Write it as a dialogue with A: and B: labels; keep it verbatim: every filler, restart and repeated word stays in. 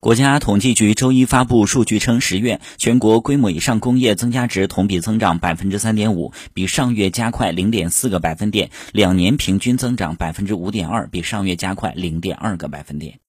A: 国家统计局周一发布数据称，十月全国规模以上工业增加值同比增长 百分之三点五， 比上月加快 零点四个百分点，两年平均增长 百分之五点二， 比上月加快 零点二个百分点。